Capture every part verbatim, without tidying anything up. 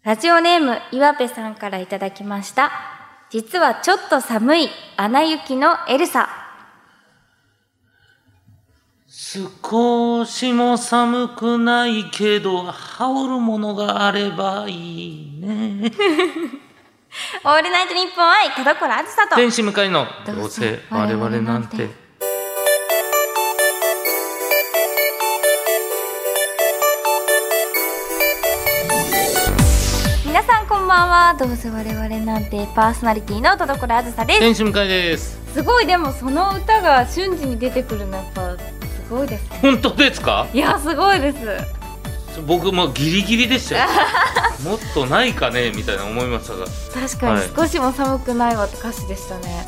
ラジオネーム岩部さんからいただきました。実はちょっと寒いアナ雪のエルサ。 少しも寒くないけど羽織るものがあればいいね。 オールナイトニッポン愛田所あずさと天使向かいのどうせ我々なんて。 皆さんこんばんは。どうせ我々なんてパーソナリティの田所あずさです。 天使向かいです。 すごい、でもその歌が瞬時に出てくるのやっぱすごいですね。 本当ですか？ いやすごいです。 僕もギリギリでしたよ。もっとないかねみたいな思いましたが、 確かに少しも寒くないわって歌詞でしたね。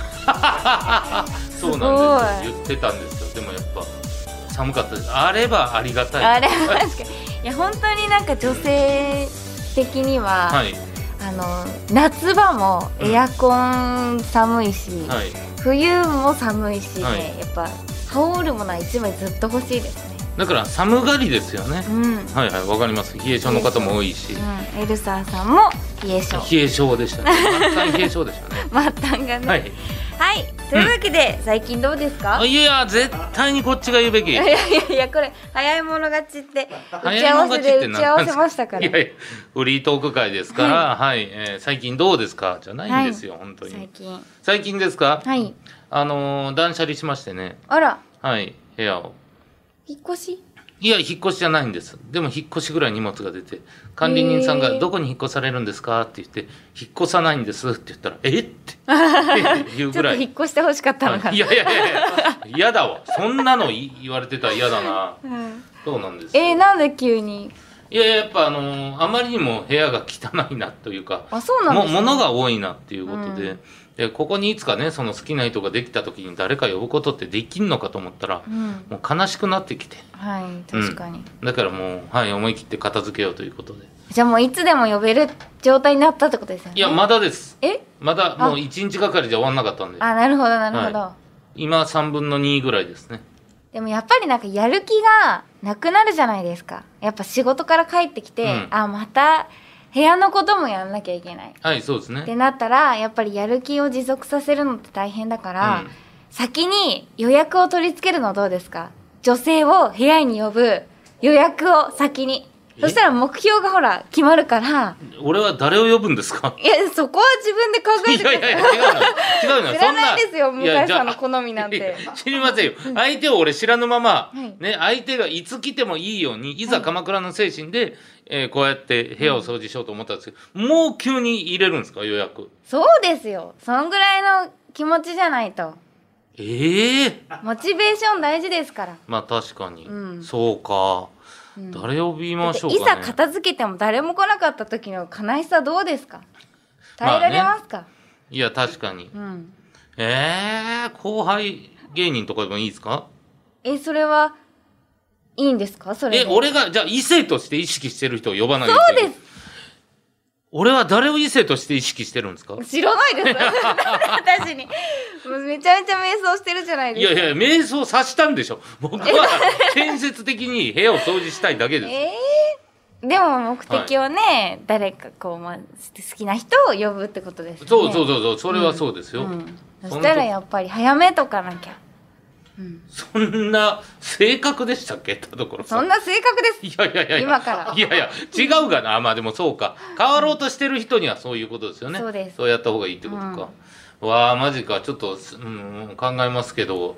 そうなんですよ、言ってたんですよ。でもやっぱ寒かったです。あればありがたい。 あれは確かに。いや本当になんか女性的には、はい、あの夏場もエアコン寒いし、うんはい、冬も寒いしね、はい、やっぱ羽織るものは一枚ずっと欲しいですね。 だから寒がりですよね、うん、はいはい、わかります。冷え性の方も多いし、 うん、エルサーさんも冷え性冷え性でしたね。末端冷え性でしたね。 末端がね、はい、はい、というわけで、うん、最近どうですか？ いや絶対にこっちが言うべき。いやいやいや、これ早い者勝ちって打ち合わせで打ち合わせましたから。 いやいや、フリートーク会ですから、はい、はい、えー、最近どうですかじゃないんですよ、はい、本当に最近最近ですか？はい、あのー、断捨離しましてね。 あら、 はい、部屋を引っ越し？ いや、引っ越しじゃないんです。でも引っ越しぐらい荷物が出て、管理人さんがどこに引っ越されるんですかって言って、引っ越さないんですって言ったら、えって言うぐらい。 ちょっと引っ越してほしかったのかな。 いやいやいや嫌だわ。そんなの言われてたら嫌だな。うん、そうなんですよ。 えー、なんで急に？ いやいや、やっぱあのー、あまりにも部屋が汚いなというか、 あ、そうなんですね、 も物が多いなっていうことで、うん、でここにいつかね、その好きな人ができた時に誰か呼ぶことってできんのかと思ったら、うん、もう悲しくなってきて、 はい、確かに、 うん、だからもう、はい、思い切って片付けようということで。 じゃあもういつでも呼べる状態になったってことですよね。 いや、まだです。 えまだもういちにちがかりじゃ終わんなかったんで。 あ、なるほどなるほど、はい、 今さんぶんのにぐらいですね。 でもやっぱりなんかやる気がなくなるじゃないですか。やっぱ仕事から帰ってきて、うん、あ、また部屋のこともやらなきゃいけない。 はい、そうですね。 ってなったら、やっぱりやる気を持続させるのって大変だから、うん、先に予約を取り付けるのどうですか？女性を部屋に呼ぶ予約を先に。そしたら目標がほら決まるから。 俺は誰を呼ぶんですか？ いや、そこは自分で考えてください。 いやいやいや、違うの違うの。 知らないですよ、向井さんの好みなんて。 知りませんよ。相手を俺知らぬまま、はい、ね、相手がいつ来てもいいように、いざ鎌倉の精神で、はい、えー、こうやって部屋を掃除しようと思ったんですけど、うん、もう急に入れるんですか、予約？ そうですよ。そのぐらいの気持ちじゃないと。 ええー、 モチベーション大事ですから。 まあ確かに、うん、そうか。うん、誰呼びましょうかね。 いざ片付けても誰も来なかった時の悲しさどうですか？耐えられますか？まあね、 いや確かに、うん、えー、後輩芸人とかでもいいですか？え、 それはいいんですか？それえ、俺がじゃあ異性として意識してる人を呼ばないといけない。そうです。俺は誰を異性として意識してるんですか？ 知らないです。私にもうめちゃめちゃ瞑想してるじゃないですか。 いやいや、瞑想させたんでしょ。僕は建設的に部屋を掃除したいだけです。 えー、でも目的はね、はい、誰かこう、まあ、好きな人を呼ぶってことですよね。 そうそうそうそう、それはそうですよ、うんうん、 そしたらやっぱり早めとかなきゃ。 うん、そんな性格でしたっけ？田所さん。 そんな性格です。 いやいやいや、 今からいやいや違うがな。まあでもそうか、変わろうとしてる人にはそういうことですよね。 そうです。 そうやった方がいいってことか、うん、わあマジか。ちょっと、うん、考えますけど、うん、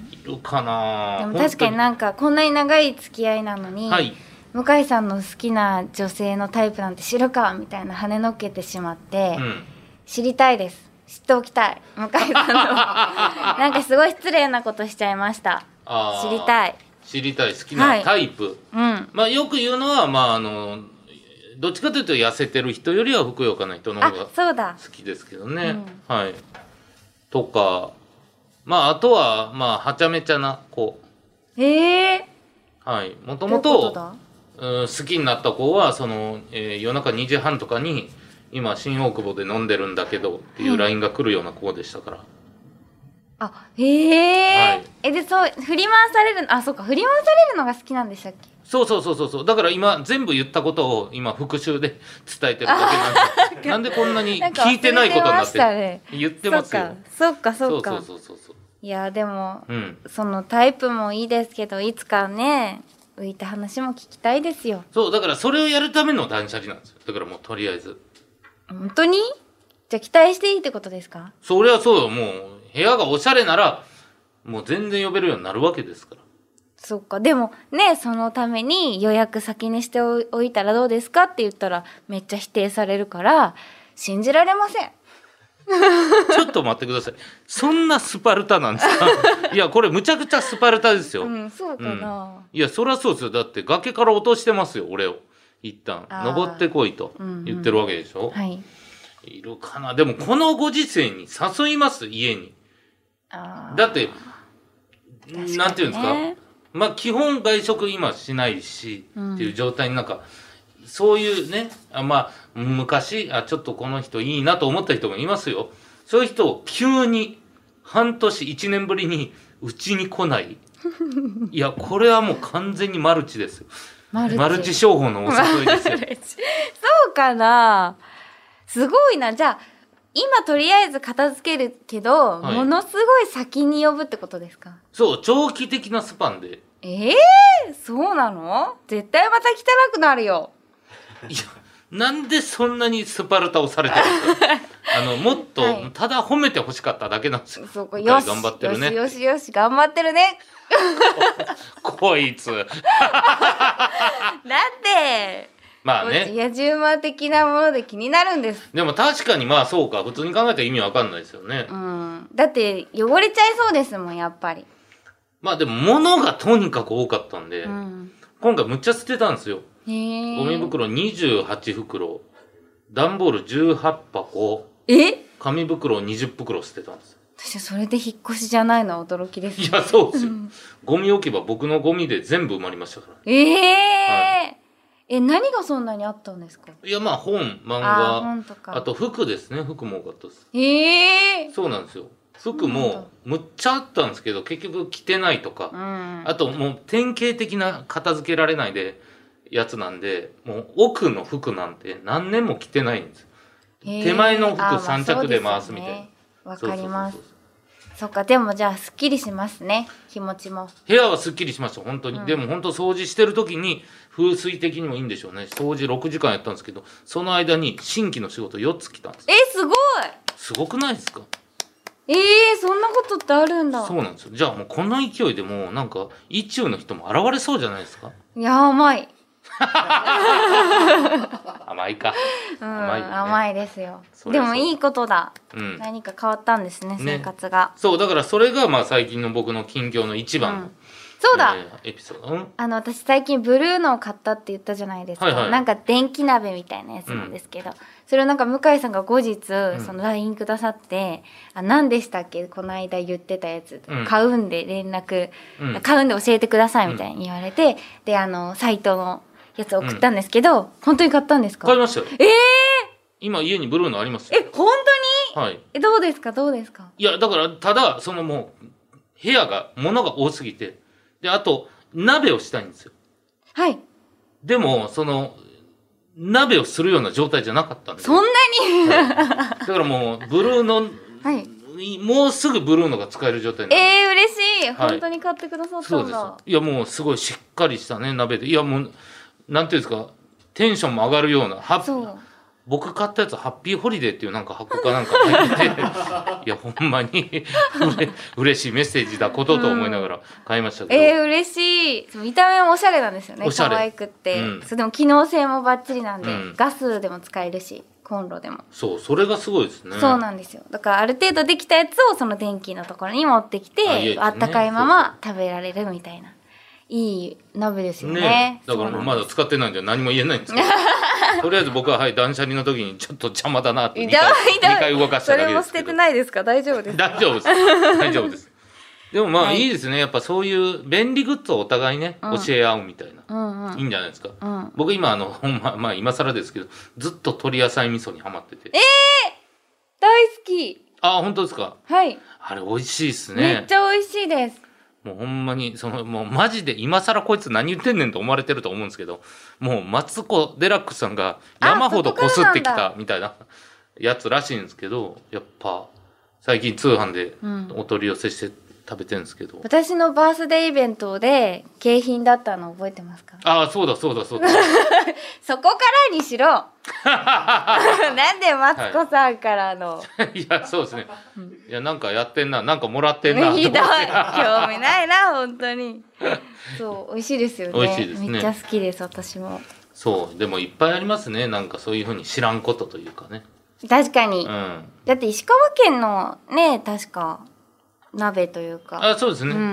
いるかな。 でも確かになんかこんなに長い付き合いなのに、はい、向井さんの好きな女性のタイプなんて知るかみたいな跳ねのっけてしまって、うん、知りたいです。知っておきたい、向井さんのなんかすごい失礼なことしちゃいました。知りたい知りたい好きなタイプ、はい、うん、まあよく言うのは、まああのどっちかというと痩せてる人よりはふくよかな人の方が好きですけどね、うん、はい。とか、まああとはまあはちゃめちゃな子。 へえ。 はい、もともと好きになった子はその、えー、夜中にじはんとかに今新大久保で飲んでるんだけどっていう ライン が来るような子でしたから、 あ、へえ、はい、え、で、そう振り回される、あ、そうか、振り回されるのが好きなんでしたっけ？ そうそうそうそうそう。だから今全部言ったことを今復習で伝えてるだけなんでなんでこんなに聞いてないことになってる言ってますよ。 そっかそっか。 そうそうそうそう。 いやでも、うん、そのタイプもいいですけどいつかね浮いた話も聞きたいですよ。 そうだからそれをやるための断捨離なんですよ。だからもうとりあえず。 本当に？じゃあ期待していいってことですか？ それはそうよ。もう部屋がおしゃれならもう全然呼べるようになるわけですから。 そっか。でもねそのために予約先にしておいたらどうですかって言ったらめっちゃ否定されるから信じられません。 ちょっと待ってください。そんなスパルタなんですか？いやこれむちゃくちゃスパルタですよ。 うん、そうかな、うん、 いやそりゃそうですよ。だって崖から落としてますよ俺を。一旦登ってこいと言ってるわけでしょ、うんうん、はい、いるかな。でもこのご時世に誘います家に。あだってなんていうんですか、まあ基本外食今しないし、うん、っていう状態になんかそういうね、あまあ昔あちょっとこの人いいなと思った人もいますよ。そういう人を急に半年いちねんぶりにうちに来ない。いやこれはもう完全にマルチですよ。マルチ、マルチ商法のお誘いですよ。 そうかな。すごいな。じゃあ今とりあえず片付けるけど、はい、ものすごい先に呼ぶってことですか？ そう長期的なスパンで。 ええー、そうなの？絶対また汚くなるよ。 いやなんでそんなにスパルタをされてるんですか？あのもっと、はい、ただ褒めてほしかっただけなんですよ。 そうよし頑張ってるね。よしよしよし頑張ってるね。 こいつ。だってまあね。 野獣馬的なもので気になるんです。 でも確かにまあそうか普通に考えたら意味わかんないですよね。 うん。だって汚れちゃいそうですもんやっぱり。 まあでも物がとにかく多かったんで、うん、今回むっちゃ捨てたんですよ。ゴミ袋にじゅうはちふくろ、段ボールじゅうはちはこ、 え紙袋にじゅっぷくろ捨てたんです。 私それで引っ越しじゃないのは驚きです、ね。 いやそうですよ。ゴミ置き場僕のゴミで全部埋まりましたから。 ええーはい、え何がそんなにあったんですか？ いやまあ本漫画 あ, 本とかあと服ですね。服も多かったです。 ええー、 そうなんですよ。服もむっちゃあったんですけど結局着てないとか、うん、あともう典型的な片付けられないでやつなんでもう奥の服なんて何年も着てないんです。手前の服さん着で回すみたいな。 わかります。そっかでもじゃあすっきりしますね気持ちも。 部屋はすっきりしました本当に、うん、でも本当掃除してる時に風水的にもいいんでしょうね。掃除ろくじかんやったんですけどその間に新規の仕事よっつ来たんです。 えすごいすごくないですか？ えー、そんなことってあるんだ。 そうなんですよ。じゃあもうこの勢いでもうなんか意中の人も現れそうじゃないですか？ いや甘い甘いか、 うん、甘い、ね、甘いですよ。でもいいことだ、うん、何か変わったんですね、ね生活が。 そうだからそれがまあ最近の僕の近況の一番の、うん、 そうだ、 えー、エピソード、うん、 あの私最近ブルーノを買ったって言ったじゃないですか、はいはい、なんか電気鍋みたいなやつなんですけど、うん、それをなんか向井さんが後日、うん、その ライン くださってあ何でしたっけこの間言ってたやつ、うん、買うんで連絡、うん、買うんで教えてくださいみたいに言われて、うん、であのサイトのやつ送ったんですけど、うん、本当に買ったんですか？ 買いましたよ。 えー、 今家にブルーノありますよ。 え本当に？はい。えどうですかどうですか？ いやだからただそのもう部屋が物が多すぎてであと鍋をしたいんですよ。 はい。 でもその鍋をするような状態じゃなかったんで。 そんなに、 はい、だからもうブルーノ、はい、もうすぐブルーノが使える状態なんで。 えー、嬉しい。本当に買ってくださったんだ。 そうです。いやもうすごいしっかりしたね鍋でいやもうなんていうんですかテンションも上がるようなハッ僕買ったやつハッピーホリデーっていうなんか箱かなんか入ってていやほんまにうれしいメッセージだことと思いながら買いましたけど、うん、 えー、嬉しい。見た目もおしゃれなんですよね。可愛くって、うん、それでも機能性もバッチリなんで、うん、ガスでも使えるしコンロでも。 そうそれがすごいですね。 そうなんですよ。だからある程度できたやつをその電気のところに持ってきて あ, いい、ね、あったかいまま食べられるみたいな。いい鍋ですよ ね, ねだからまだ使ってないんで何も言えないんですけどとりあえず僕ははい断捨離の時にちょっと邪魔だなってにかい, にかい動かしただけですけど。それも捨ててないですか？大丈夫ですか？ 大丈夫です大丈夫ですでもまあ、はい、いいですね。やっぱそういう便利グッズをお互いね、うん、教え合うみたいな、うんうん、いいんじゃないですか、うん、僕今あのほんま、まあ今更ですけどずっと鶏野菜味噌にハマってて。 えー、大好き。 あ本当ですか？ はい。 あれ美味しいですね。 めっちゃ美味しいです。 もうほんまにそのもうマジで今更こいつ何言ってんねんと思われてると思うんですけど、もうマツコ・デラックスさんが山ほどこすってきたみたいなやつらしいんですけど、やっぱ最近通販でお取り寄せして食べてるんですけど、うん、 私のバースデーイベントで景品だったの覚えてますか？ ああ、そうだそうだそうだそこからにしろなんでマツコさんからの、 はい、いやそうですね、いやなんかやってんな、なんかもらってんなひどい興味ないな本当にそう美味しいですよね。 美味しいですね、 めっちゃ好きです私も。 そうでもいっぱいありますね、なんかそういう風に知らんことというかね。 確かに、 うん、だって石川県のね確か鍋というか、 あそうですね、うん、うん、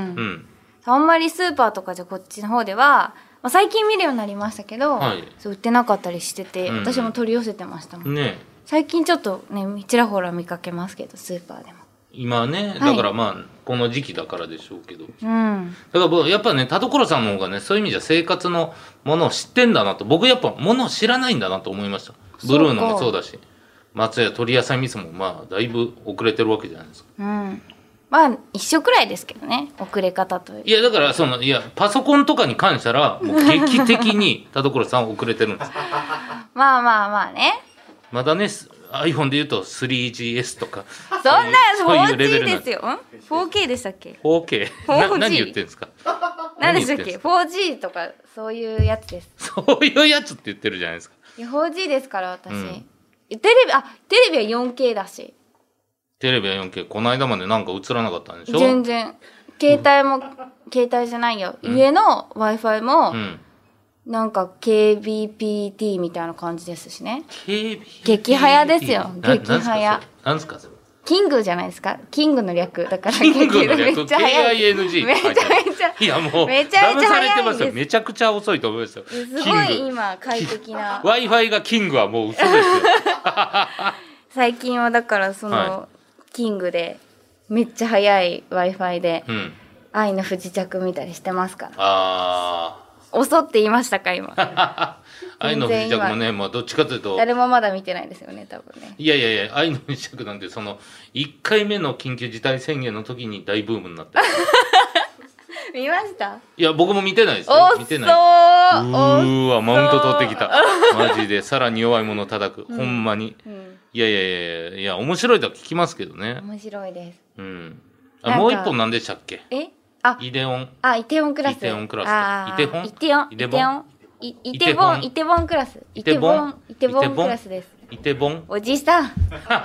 あんまりスーパーとかじゃこっちの方では、まあ、最近見るようになりましたけど、はい、そう売ってなかったりしてて、うん、私も取り寄せてましたもんね。最近ちょっとねちらほら見かけますけどスーパーでも今ね、だからまあ、はい、この時期だからでしょうけど、うん、だからやっぱね田所さんの方がねそういう意味じゃ生活のものを知ってんだなと、僕やっぱものを知らないんだなと思いました。ブルーノもそうだし松屋鳥野菜味噌もまあだいぶ遅れてるわけじゃないですか。 うん、まあ一緒くらいですけどね遅れ方という。 いやだからそのいやパソコンとかに関したらもう劇的に田所さん遅れてるんですまあまあまあね、 まだね iPhone で言うと スリージーエス とかそんな フォージー ですよ。ん フォーケー でしたっけ？ フォーケー な何言ってんですか？ 何でしたっけ？ フォージー とかそういうやつです。 そういうやつって言ってるじゃないですか。 いや フォージー ですから私、うん、テレビあテレビは よんケー だし、 テレビは よんケー この間までなんか映らなかったんでしょ？ 全然携帯も、うん、携帯じゃないよ、うん、家の Wi-Fi も、うん、なんか ケービーピーティー みたいな感じですしね。 ケービーピーティー 激早ですよ。激早なんですかそれ？ キングじゃないですか。キングの略だからキングの略めっちゃ早いケーアイエヌジーめちゃめちゃいやもうめちゃめちゃ早いんです。 めちゃくちゃ遅いと思いますよ。 すごい今快適な Wi-Fi がキングはもう嘘ですよ最近はだからその、はい、キングでめっちゃ早い Wi-Fi で、うん、愛の不時着見たりしてますから。 あ遅って言いましたか今愛の不時着もね、まあ、どっちかというと誰もまだ見てないですよね多分ね。 いやいやいや愛の不時着なんてそのいっかいめの緊急事態宣言の時に大ブームになって見ました？ いや僕も見てないですよ。見てない。うーわマウント取ってきたマジでさらに弱いもの叩く、うん、ほんまに、うん、いやいやいやいやいや面白いとは聞きますけどね。 面白いです。 うん。あもう一本何でしたっけ？ えあイデオンあイテオンクラスイテオンクラスイテホンイテオンイテオンイテボンイテボンクラスイテボンイテボンクラスです。 イテボンおじさん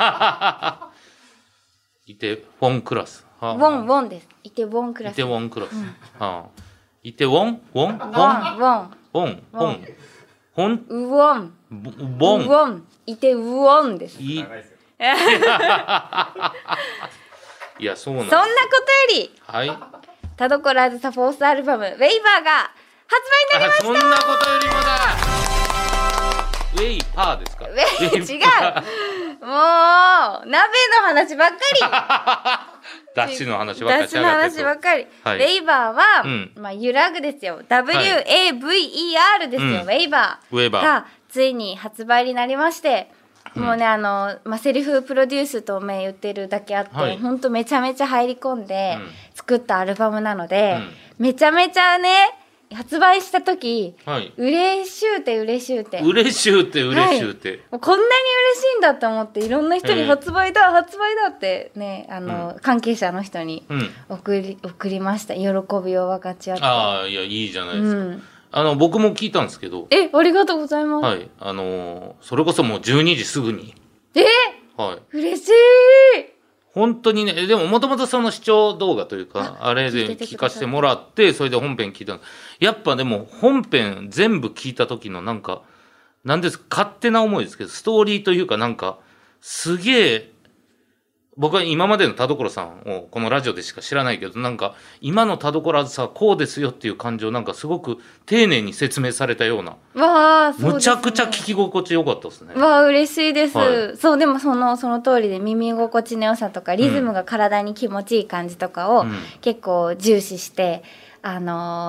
イテボンクラスウォンウォンです。イテボンクラス。 イテボンクラス。うん、はあ。イテウォンウォンウォンウォンウォンウォンウォンホンウォンボンウォンイテウォンです。 いいやそうなんです。 そんなことより、 はい。 田所あずさフォースアルバムウェイバーが発売になりました。 そんなことよりもだ。ウェイパーですか？ ウェイ違う。もう鍋の話ばっかり。 ダッシュの話ばっかり。 ダッシュの話ばっかり。はい、ウェイバーは、うん、まあ揺らぐですよ。ダブリューエーブイイーアール ですよ。うん、ウェイバー。 ウェイバーがついに発売になりまして。もうね、あの、まあ、セリフプロデュースと銘言ってるだけあって、はい、ほんとめちゃめちゃ入り込んで作ったアルバムなので、うん、めちゃめちゃね発売した時、はい、嬉しゅうて嬉しゅうて嬉しゅうて嬉しゅうて、はい、 もうこんなに嬉しいんだと思っていろんな人に発売だ、えー、発売だってねあの、うん、関係者の人に送り、うん、送りました。喜びを分かち合って。 ああいやいいじゃないですか、うんあの僕も聞いたんですけど。 え、ありがとうございます。 はい、あのー、それこそもうじゅうにじすぐに。 え、 はい。 嬉しい。 本当にね、でももともとその視聴動画というかあれで聞かせてもらって、それで本編聞いた。やっぱでも本編全部聞いた時のなんかなんですか勝手な思いですけどストーリーというかなんかすげえ。僕は今までの田所さんをこのラジオでしか知らないけどなんか今の田所あずさはこうですよっていう感情なんかすごく丁寧に説明されたようなわー、そうですね、 むちゃくちゃ聞き心地よかったですね。 わー嬉しいです、はい、そうでもそのその通りで耳心地の良さとかリズムが体に気持ちいい感じとかを、うん、結構重視してあのー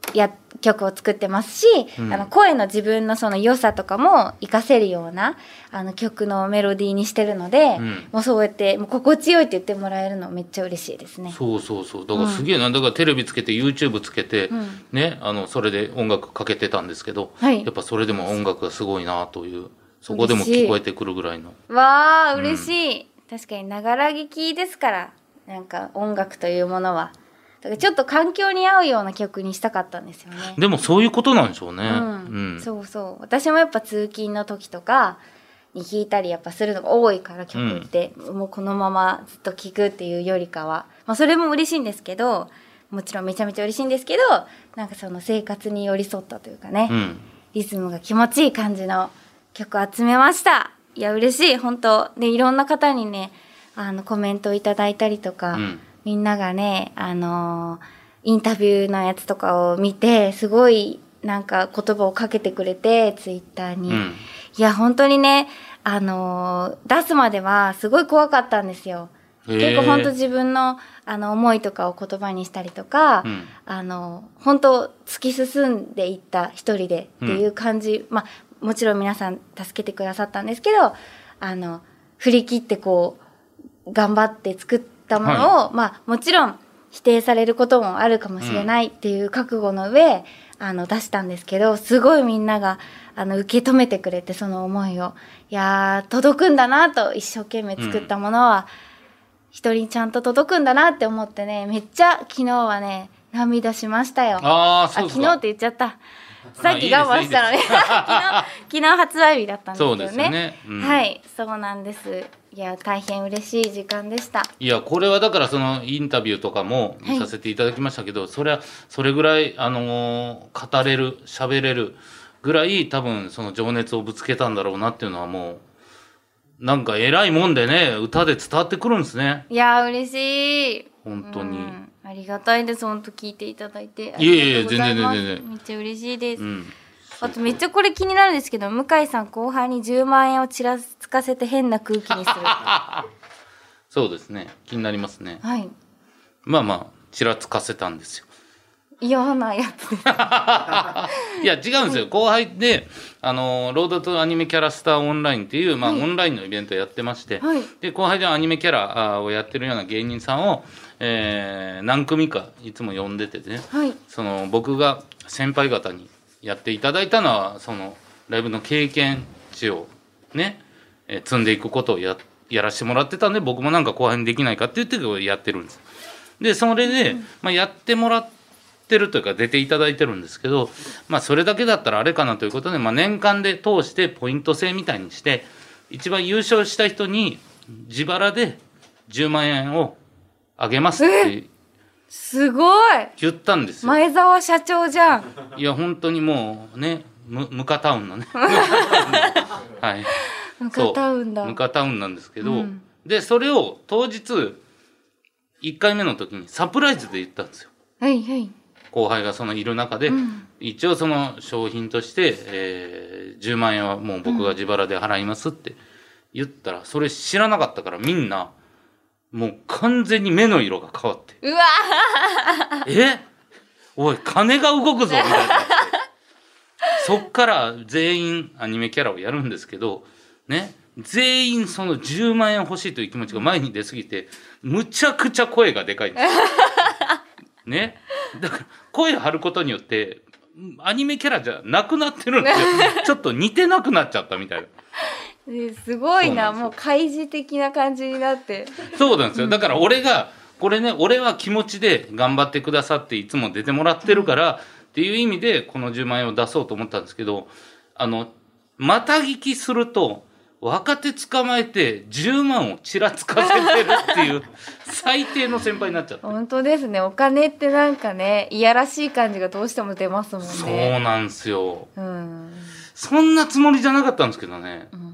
や曲を作ってますし、うん、あの声の自分のその良さとかも活かせるようなあの曲のメロディーにしてるので、うん、もうそうやってもう心地よいって言ってもらえるのめっちゃ嬉しいですね。 そうそうそう、だからすげえな、うん、だからテレビつけて YouTube つけて、うん、ね、あのそれで音楽かけてたんですけど、はい、やっぱそれでも音楽がすごいなという、そこでも聞こえてくるぐらいの。 わあ嬉しい、うん、確かにながら聞きですから、なんか音楽というものはだからちょっと環境に合うような曲にしたかったんですよね。 でもそういうことなんでしょうね、うんうん、そうそう、私もやっぱ通勤の時とかに弾いたりやっぱするのが多いから曲って、うん、もうこのままずっと聴くっていうよりかは、まあ、それも嬉しいんですけど、もちろんめちゃめちゃ嬉しいんですけど、なんかその生活に寄り添ったというかね、うん、リズムが気持ちいい感じの曲集めました。いや嬉しい本当で、いろんな方にねあのコメントいただいたりとか、うん、みんながねあのインタビューのやつとかを見てすごいなんか言葉をかけてくれてツイッターに、うん、いや本当にねあの出すまではすごい怖かったんですよ。結構本当自分のあの思いとかを言葉にしたりとか、うん、あの本当突き進んでいった一人でっていう感じ、うん、まあもちろん皆さん助けてくださったんですけど、あの振り切ってこう頑張って作ったものを、はい、まあもちろん否定されることもあるかもしれないっていう覚悟の上、うん、あの出したんですけど、すごいみんながあの受け止めてくれて、その思いをいやー届くんだなと、一生懸命作ったものは、うん人にちゃんと届くんだなって思ってね、めっちゃ昨日はね涙しましたよ。 あ、そうですか。あ、昨日って言っちゃった。さっき我慢したのに昨日昨日発売日だったんですよね。そうですよね、うん、はい、そうなんです。いや大変嬉しい時間でした。 いやこれはだからそのインタビューとかも見させていただきましたけど、はい、それはそれぐらいあのー、語れる喋れるぐらい多分その情熱をぶつけたんだろうなっていうのはもうなんか偉いもんでね、歌で伝わってくるんですね。 いや嬉しい本当に、うん、 ありがたいです。本当聞いていただいていえいえ全然全然めっちゃ嬉しいです、うん、あとめっちゃこれ気になるんですけど、向井さん後輩にじゅうまんえんをちらつかせて変な空気にするそうですね、気になりますね。 はい、 まあまあちらつかせたんですよ。 嫌なやつですいや違うんですよ、はい、後輩であのロードとアニメキャラスターオンラインっていう、まあはい、オンラインのイベントをやってまして、はい、で後輩でアニメキャラをやってるような芸人さんを、えー、何組かいつも呼んでてね、はい、その僕が先輩方にやっていただいたのはそのライブの経験値をね、えー、積んでいくことを や, やらせてもらってたんで、僕もなんか後輩にできないかって言ってやってるんです。でそれで、うんまあ、やってもらっててるというか出ていただいてるんですけど、まあそれだけだったらあれかなということで、まあ、年間で通してポイント制みたいにして一番優勝した人に自腹でじゅうまんえんをあげますってすごい言ったんですよ。 前澤社長じゃん。 いや本当にもうねム, ムカタウンのねはいムカタウンだ。 ムカタウンなんですけど、うん、でそれを当日いっかいめの時にサプライズで言ったんですよ。 はいはい後輩がそのいる中で、うん、一応その商品として、えー、じゅうまんえんはもう僕が自腹で払いますって言ったら、それ知らなかったからみんなもう完全に目の色が変わって、 うわえおい金が動くぞみたいになってそっから全員アニメキャラをやるんですけどね、全員そのじゅうまんえん欲しいという気持ちが前に出すぎてむちゃくちゃ声がでかいんですよね、だから声張ることによってアニメキャラじゃなくなってるんですよちょっと似てなくなっちゃったみたいなすごい な, なもう開示的な感じになってそうなんですよ。だから俺がこれね、俺は気持ちで頑張ってくださっていつも出てもらってるからっていう意味でこのじゅうまんえんを出そうと思ったんですけど、あのまた聞きすると若手捕まえてじゅうまんをちらつかせてるっていう最低の先輩になっちゃった。 本当ですね。お金ってなんかねいやらしい感じがどうしても出ますもんね。 そうなんですよ、うん、そんなつもりじゃなかったんですけどね、うん、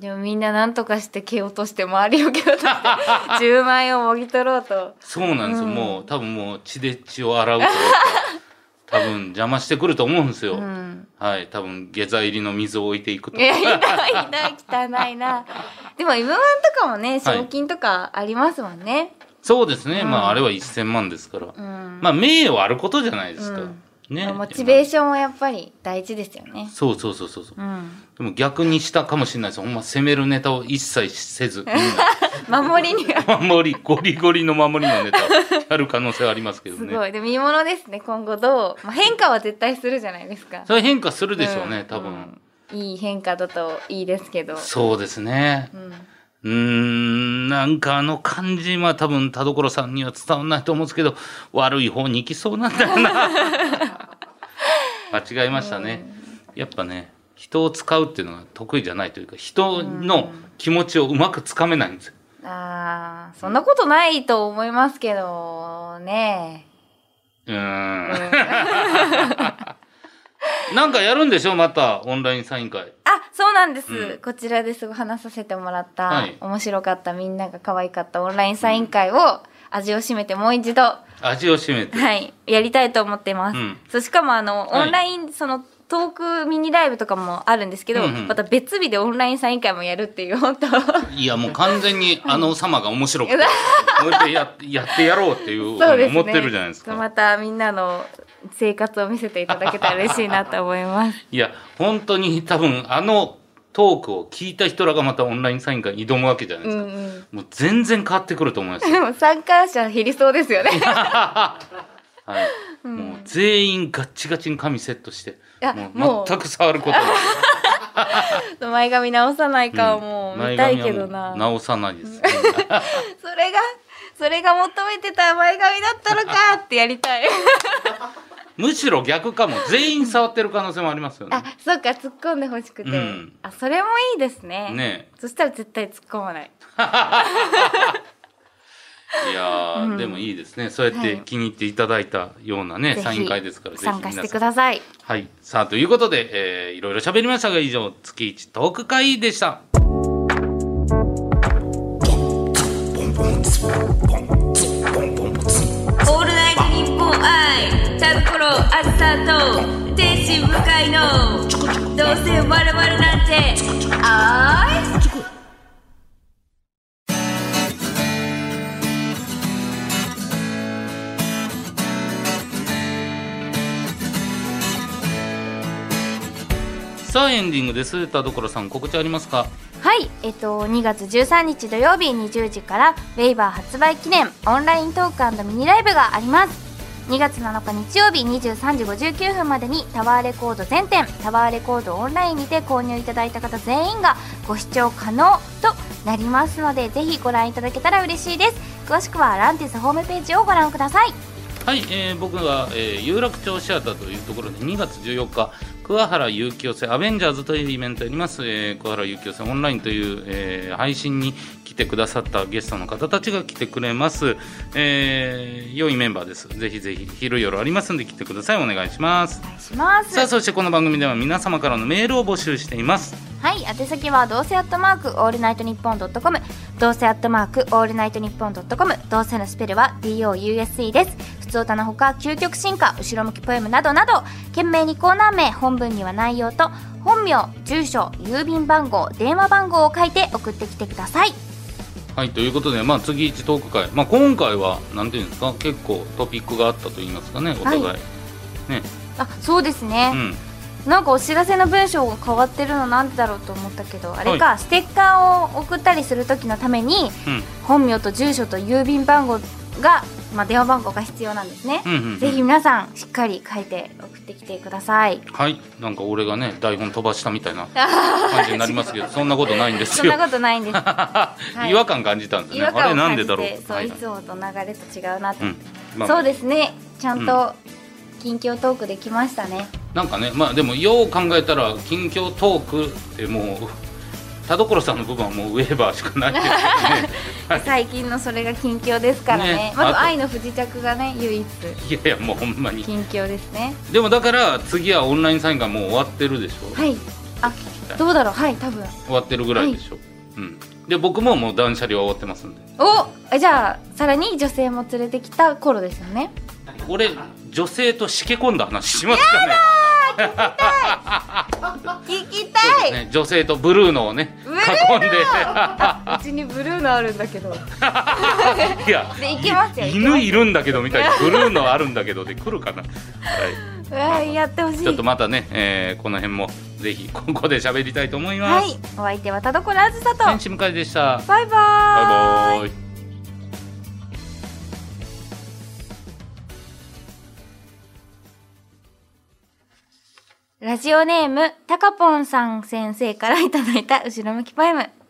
でもみんな何とかして蹴落として周りを蹴落としてじゅうまんえんをもぎ取ろうとそうなんですよ、うん、もう多分もう血で血を洗うというか多分邪魔してくると思うんですよ、うん、はい多分下剤入りの水を置いていくとか。いやいないいない汚いなでも エムワン とかもね賞金とかありますもんね、はい、 そうですね、うん、まああれはせんまんですから、うん、まあ名誉あることじゃないですか、うん、 ね、モチベーションはやっぱり大事ですよね。 そうそうそうそう、うん、でも逆にしたかもしれないです。ほんま攻めるネタを一切せず守りに守りゴリゴリの守りのネタをやる可能性はありますけどね。 すごい。でも見ものですね。今後どう、まあ、変化は絶対するじゃないですか。 それ変化するでしょうね、うん、多分、 うん、いい変化だといいですけど。 そうですね、うんうーんなんかあの感じは多分田所さんには伝わらないと思うんですけど、悪い方に行きそうなんだよな間違えましたね、うん、やっぱね人を使うっていうのが得意じゃないというか、人の気持ちをうまくつかめないんですよ、 うん、あーそんなことないと思いますけどね。 うーん、うん、なんかやるんでしょまたオンラインサイン会。 あ、そうなんです、うん、こちらですご話させてもらった、はい、面白かった、みんなが可愛かったオンラインサイン会を味を占めてもう一度味を占めて、 はい、やりたいと思ってます、うん、そうしかもあの、はい、オンラインそのトークミニライブとかもあるんですけど、うんうん、また別日でオンラインサイン会もやるっていう本当いやもう完全にあの様が面白くてもう一回や, やってやろうっていう、そうですね、思ってるじゃないですか。 またみんなの生活を見せていただけたら嬉しいなと思いますいや本当に多分あのトークを聞いた人らがまたオンラインサイン会に挑むわけじゃないですか、うんうん、もう全然変わってくると思いますでも参加者減りそうですよねはい、うん、もう全員ガッチガチに髪セットしてもう全く触ることない前髪直さないかも見たいけどな、 うん、直さないです、ね、 それがそれが求めてた前髪だったのかってやりたいむしろ逆かも、全員触ってる可能性もありますよね。 あ、そっか、突っ込んでほしくて、うん、あ、それもいいですね。ね、そしたら絶対突っ込まない。 いやー、うん、でもいいですね。そうやって気に入っていただいたようなね、はい、サイン会ですから、ぜひ参加してください。 はい、さあということで、えー、いろいろ喋りましたが、以上月一トーク会でした。オールナイトニッポン愛田所あずさと天使向かいのどうせ我々なんてあーい。さあエンディングです。田所さん告知ありますか？ はい、えっと、にがつじゅうさんにち土曜日にじゅうじからウェイバー発売記念オンライントーク&ミニライブがあります。にがつなのか日曜日にじゅうさんじごじゅうきゅうふんまでにタワーレコード全店タワーレコードオンラインにて購入いただいた方全員がご視聴可能となりますので、ぜひご覧いただけたら嬉しいです。詳しくはランティスホームページをご覧ください。 はい、えー、僕は、えー、有楽町シアターというところでにがつじゅうよっか桑原有希寄せアベンジャーズというイベントやります、えー、桑原有希寄せオンラインという、えー、配信に来てくださったゲストの方たちが来てくれます、えー、良いメンバーです。ぜひぜひ昼夜ありますので来てください。お願いします。 お願いします。 さあそしてこの番組では皆様からのメールを募集しています。 はい、宛先はどうせアットマークオールナイトニッポンドットコムどうせアットマークオールナイトニッポンドットコムどうせのスペルは ディーオーユーエスイー です。普通歌のほか究極進化後ろ向きポエムなどなど懸命にコーナー名本文には内容と本名住所郵便番号電話番号を書いて送ってきてください。 はい、ということで、まあ、次一トーク会、まあ、今回はなんていうんですか、結構トピックがあったといいますかね、お互い、はい、ね、 あ、そうですね、うん、なんかお知らせの文章が変わってるのなんでだろうと思ったけど、あれか、はい、ステッカーを送ったりする時のために、うん、本名と住所と郵便番号が、まあ、電話番号が必要なんですね、うんうんうん、ぜひ皆さんしっかり書いて送ってきてください。 はい、なんか俺がね台本飛ばしたみたいな感じになりますけどそんなことないんですよ。 そんなことないんです、はい、 違和感感じたんですね。あれなんでだろう。 そう、 はい、 いつもと流れと違うなと、うん、まあ、そうですね、ちゃんと近況トークできましたね、 うん、なんかね、まあでもよう考えたら近況トークってもう田所さんの部分はもうウェーバーしかないですよね最近のそれが近況ですから ね, ねまず愛の不時着がね唯一いやいやもうほんまに近況ですね。 でもだから次はオンラインサインがもう終わってるでしょ。 はい、あ、どうだろう、はい、多分終わってるぐらいでしょ、はい、うん、で僕ももう断捨離は終わってますんで。 お、じゃあさらに女性も連れてきた頃ですよね。 俺女性としけ込んだ話しますかね。 聞きたい、 ね、女性とブルーノをね囲んでうちにブルーノあるんだけどいやで行きますよ、犬いるんだけどみたいなブルーノあるんだけどで来るかな、はい、 やってほしい。 ちょっとまたね、えー、この辺もぜひここで喋りたいと思います。はい、 お相手は田所あずさと天使向井でした。 バイバーイ。 バイバイ。 ラジオネームたかぽんさん先生からいただいた後ろ向きポエム。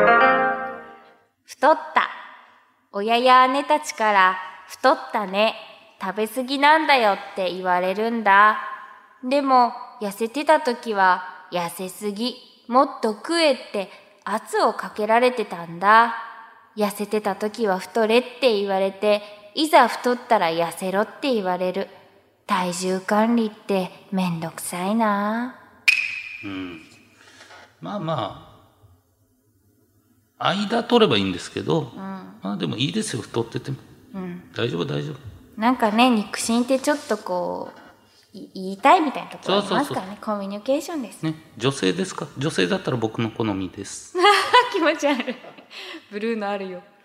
太った。親や姉たちから太ったね、食べ過ぎなんだよって言われるんだ。でも痩せてた時は痩せすぎ、もっと食えって圧をかけられてたんだ。痩せてた時は太れって言われて、いざ太ったら痩せろって言われる。体重管理ってめんどくさいな。 うん。まあまあ間取ればいいんですけど、うん、まあでもいいですよ、太ってても、うん、大丈夫大丈夫。 なんかね、肉親ってちょっとこう言いたいみたいなところありますからね。そうそうそう、コミュニケーションですね。 女性ですか？女性だったら僕の好みです。 気持ち悪い。ブルーのあるよ。